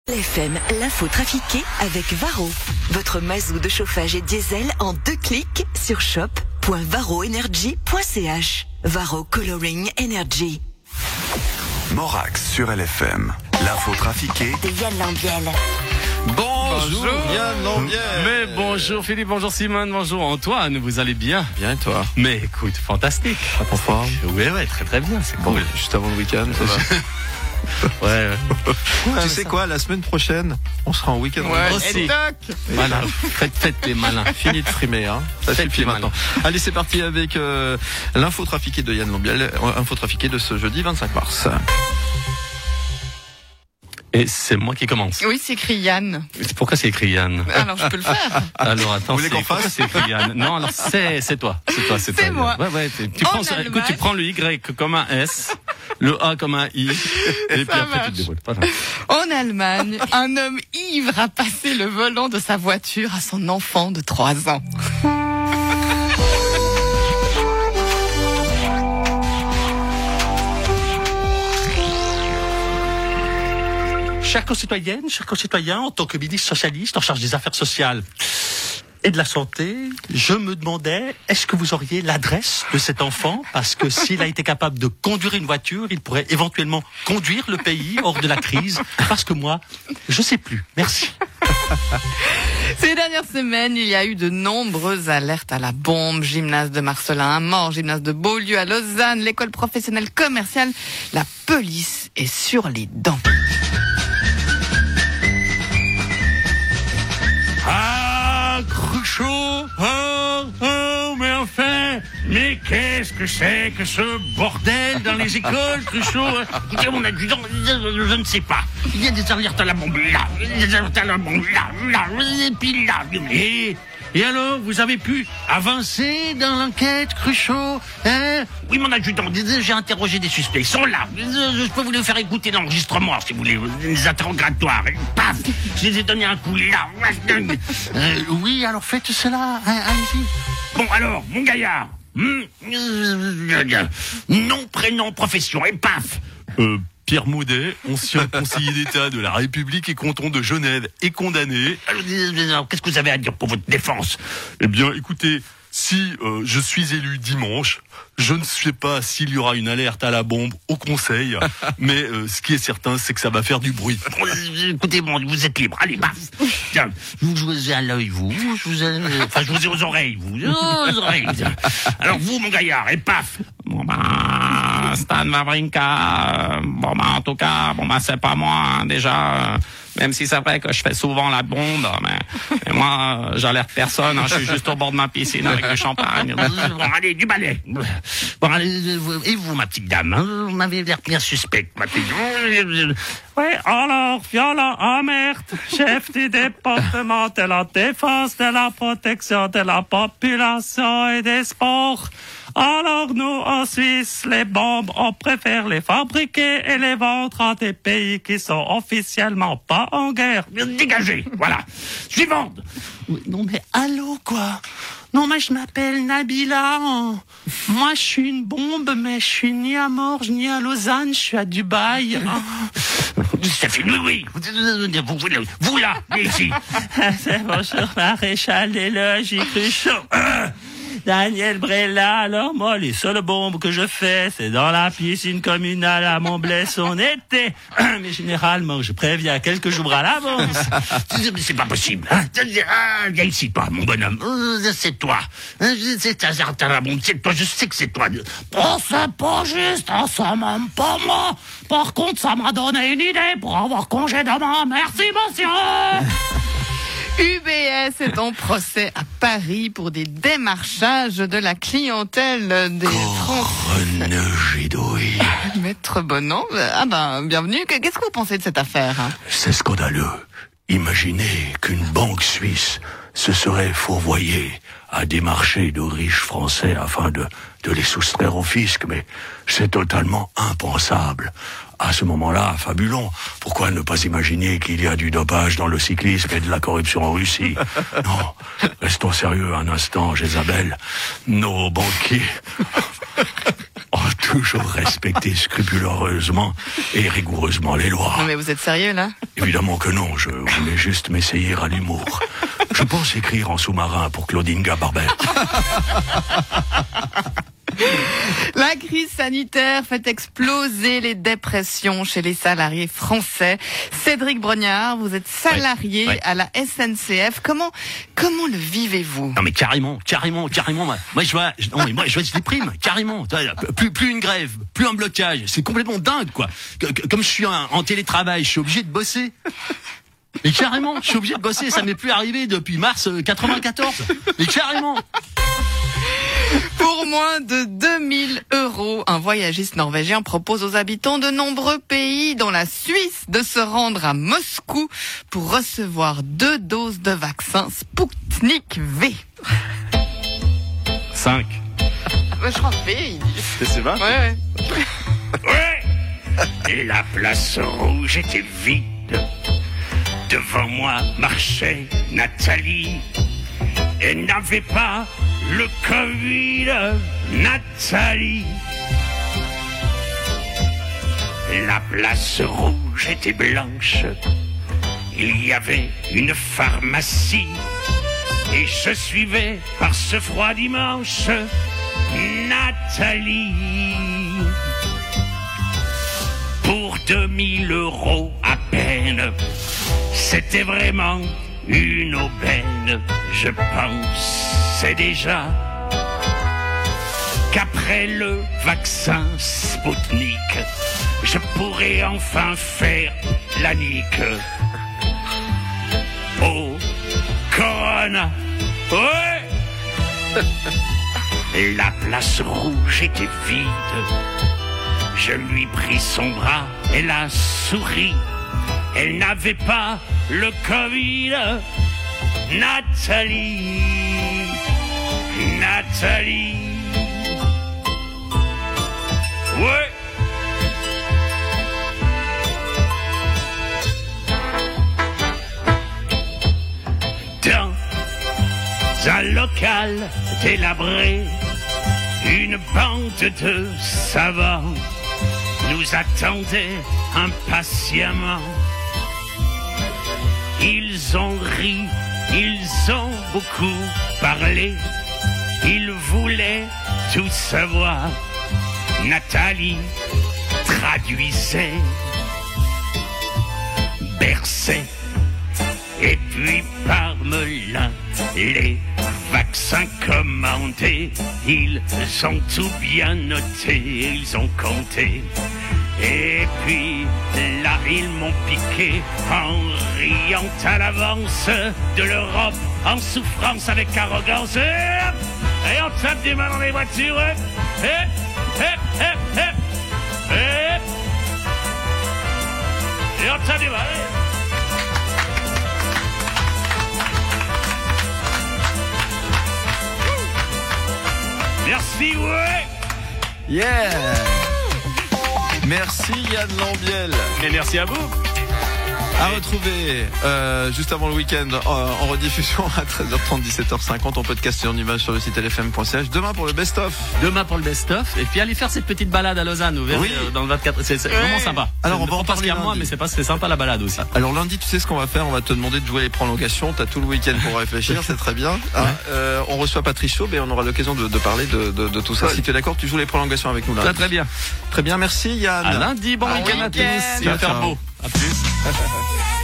LFM, l'info trafiquée avec Varro. Votre mazou de chauffage et diesel en 2 clics sur shop.varroenergy.ch. Varro Coloring Energy. Morax sur LFM, l'info trafiquée de Yann Lambiel. Bonjour Yann Lambiel. Mais bonjour Philippe, bonjour Simone, bonjour Antoine, vous allez bien? Bien et toi? Mais écoute, fantastique. En forme? Oui, très très bien, c'est Bon, cool. juste avant le week-end, ça va. Ouais. Tu sais quoi, la semaine prochaine, on sera en week-end. Aussi. Voilà, faites les malins. Fini de frimer, hein. Ça Faites suffit les maintenant. Allez, c'est parti avec l'info trafiquée de Yann Lambiel, info trafiquée de ce jeudi 25 mars. Et c'est moi qui commence. Oui, c'est écrit Yann. Pourquoi c'est écrit Yann? Alors, je peux le faire. Alors attends, Vous voulez qu'on pourquoi fasse c'est écrit Yann? Non, alors c'est toi. C'est moi. Ouais, écoute, tu prends le Y comme un S, le A comme un I, et puis après tu te débrouilles. Voilà. En Allemagne, un homme ivre a passé le volant de sa voiture à son enfant de 3 ans. Chères concitoyennes, chers concitoyens, en tant que ministre socialiste en charge des affaires sociales et de la santé, je me demandais, est-ce que vous auriez l'adresse de cet enfant? Parce que s'il a été capable de conduire une voiture, il pourrait éventuellement conduire le pays hors de la crise. Parce que moi, je sais plus. Merci. Ces dernières semaines, il y a eu de nombreuses alertes à la bombe. Gymnase de Marcelin à mort, gymnase de Beaulieu à Lausanne, l'école professionnelle commerciale. La police est sur les dents. Ah, Cruchot, mais enfin, mais qu'est-ce que c'est que ce bordel dans les écoles, Cruchot? Écoutez, mon adjudant, je ne sais pas. Il y a des alertes à la bombe là, des alertes à la bombe là, et puis là. Et alors, vous avez pu avancer dans l'enquête, Cruchot, hein? Oui, mon adjudant, j'ai interrogé des suspects, ils sont là. Je peux vous les faire écouter l'enregistrement, si vous voulez, les interrogatoires. Et paf, je les ai donné un coup là. Oui, alors faites cela, hein, allez-y. Bon, alors, mon gaillard, nom, prénom, profession, et paf. Pierre Maudet, ancien conseiller d'État de la République et canton de Genève, est condamné. Alors, qu'est-ce que vous avez à dire pour votre défense? Eh bien, écoutez, si je suis élu dimanche, je ne sais pas s'il y aura une alerte à la bombe au Conseil, mais ce qui est certain, c'est que ça va faire du bruit. Écoutez, bon, vous êtes libre, allez, paf. Tiens, je vous ai à l'œil, vous ai aux oreilles, vous. Aux oreilles. Alors vous, mon gaillard, et paf. Bon Stan Wawrinka, en tout cas, c'est pas moi, hein, déjà, même si c'est vrai que je fais souvent la bombe, mais moi, j'alerte personne, hein, je suis juste au bord de ma piscine avec du champagne. Bon, allez, du balai. Bon, allez, et vous, ma petite dame, hein, vous m'avez l'air bien suspecte, ma petite dame. Ouais, alors, Viola Amert, chef du département de la défense, de la protection de la population et des sports. Alors nous, en Suisse, les bombes, on préfère les fabriquer et les vendre à des pays qui sont officiellement pas en guerre. Dégagez, voilà. Suivante. Non mais allô quoi? Non mais je m'appelle Nabila. Moi je suis une bombe, mais je suis ni à Morges ni à Lausanne, je suis à Dubaï. Ça fait oui. Vous là, ici. Bonjour maréchal des logis Cruchot. Daniel Brella, alors moi, les seules bombes que je fais, c'est dans la piscine communale à Montblesse en été. Mais généralement, je préviens quelques jours à l'avance. Mais c'est pas possible. Hein? Viens ici, toi, mon bonhomme. C'est toi. C'est ta bombe. C'est toi, je sais que c'est toi. Oh, c'est pas juste, hein, c'est même pas moi. Par contre, ça m'a donné une idée pour avoir congé demain. Merci, monsieur. UBS est en procès à Paris pour des démarchages de la clientèle des Français. Maître Bonan, bienvenue. Qu'est-ce que vous pensez de cette affaire? C'est scandaleux. Imaginez qu'une banque suisse se serait fourvoyée à démarcher de riches Français afin de les soustraire au fisc, mais c'est totalement impensable. À ce moment-là, fabulons. Pourquoi ne pas imaginer qu'il y a du dopage dans le cyclisme et de la corruption en Russie? Non, restons sérieux un instant, Jézabel. Nos banquiers toujours respecter scrupuleusement et rigoureusement les lois. Non mais vous êtes sérieux là? Évidemment que non, je voulais juste m'essayer à l'humour. Je pense écrire en sous-marin pour Claudine Gabarbert. La crise sanitaire fait exploser les dépressions chez les salariés français. Cédric Brognard, vous êtes salarié à la SNCF. Comment le vivez-vous? Non mais carrément. Moi je vois des primes, carrément. Plus une grève, plus un blocage. C'est complètement dingue, quoi. Comme je suis en télétravail, je suis obligé de bosser. Mais carrément, je suis obligé de bosser. Ça m'est plus arrivé depuis mars 94. Mais carrément. Pour moins de 2000 €, un voyagiste norvégien propose aux habitants de nombreux pays, dont la Suisse, de se rendre à Moscou pour recevoir 2 doses de vaccin Sputnik V. 5. Je crois V, il dit. C'est vrai? Ouais. Ouais. Et la place rouge était vide. Devant moi marchait Nathalie. Elle n'avait pas le Covid, Nathalie. La place rouge était blanche. Il y avait une pharmacie. Et je suivais par ce froid dimanche Nathalie. Pour 2000 € à peine, c'était vraiment une aubaine. Je pensais déjà qu'après le vaccin Sputnik, je pourrais enfin faire la nique. Oh, Corona, ouais. La place rouge était vide. Je lui pris son bras, elle a souri. Elle n'avait pas le Covid, Nathalie. Ouais. Dans un local délabré, une bande de savants nous attendait impatiemment. Ils ont ri, ils ont beaucoup parlé, ils voulaient tout savoir. Nathalie traduisait, berçait, et puis parmelin, les vaccins commandés, ils ont tout bien noté, ils ont compté. Et puis là ils m'ont piqué en riant à l'avance de l'Europe, en souffrance avec arrogance. Et on tape des mains dans les voitures. Et on tape des mains. Merci, ouais. Yeah. Merci Yann Lambiel. Et merci à vous. À retrouver juste avant le week-end en rediffusion à 13h30, 17h50 en podcast et en image sur le site lfm.ch. Demain pour le best-of. Et puis allez faire cette petite balade à Lausanne, vous verrez, dans le 24. C'est vraiment sympa. Alors on va en parler à moi, mais c'est sympa la balade aussi. Alors lundi, tu sais ce qu'on va faire? On va te demander de jouer les prolongations. T'as tout le week-end pour réfléchir, c'est très bien. On reçoit Patrice Chaube et on aura l'occasion de parler de tout ça. Si tu es d'accord, tu joues les prolongations avec nous là. Très bien. Très bien, merci Yann. À lundi, bon week-end à tous. week-end. Il va faire beau. À plus.